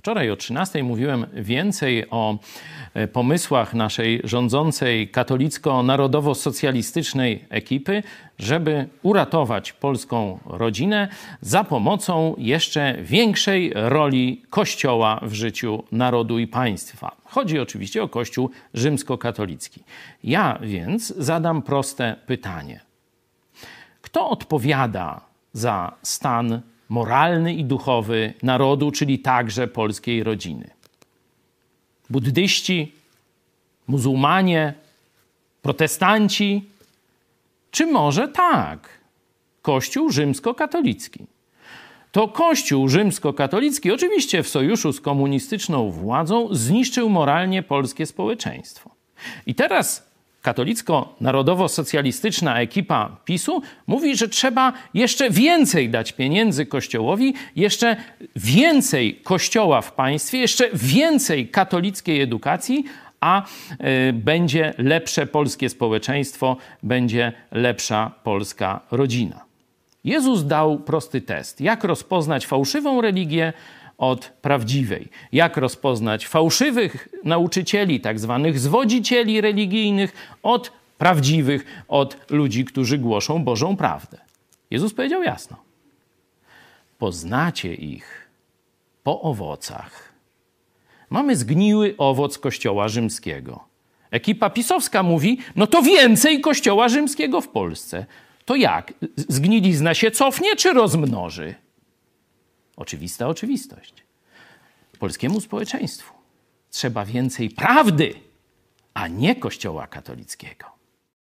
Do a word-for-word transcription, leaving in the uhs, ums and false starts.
Wczoraj o trzynastej mówiłem więcej o pomysłach naszej rządzącej katolicko-narodowo-socjalistycznej ekipy, żeby uratować polską rodzinę za pomocą jeszcze większej roli Kościoła w życiu narodu i państwa. Chodzi oczywiście o Kościół rzymskokatolicki. Ja więc zadam proste pytanie. Kto odpowiada za stan moralny i duchowy narodu, czyli także polskiej rodziny? Buddyści, muzułmanie, protestanci, czy może tak, Kościół rzymskokatolicki? To Kościół rzymskokatolicki, oczywiście w sojuszu z komunistyczną władzą, zniszczył moralnie polskie społeczeństwo. I teraz katolicko-narodowo-socjalistyczna ekipa PiSu mówi, że trzeba jeszcze więcej dać pieniędzy Kościołowi, jeszcze więcej Kościoła w państwie, jeszcze więcej katolickiej edukacji, a y, będzie lepsze polskie społeczeństwo, będzie lepsza polska rodzina. Jezus dał prosty test. Jak rozpoznać fałszywą religię od prawdziwej? Jak rozpoznać fałszywych nauczycieli, tak zwanych zwodzicieli religijnych, od prawdziwych, od ludzi, którzy głoszą Bożą prawdę? Jezus powiedział jasno. Poznacie ich po owocach. Mamy zgniły owoc Kościoła rzymskiego. Ekipa pisowska mówi, no to więcej Kościoła rzymskiego w Polsce. To jak? Zgnilizna się cofnie czy rozmnoży? Oczywista oczywistość. Polskiemu społeczeństwu trzeba więcej prawdy, a nie Kościoła katolickiego.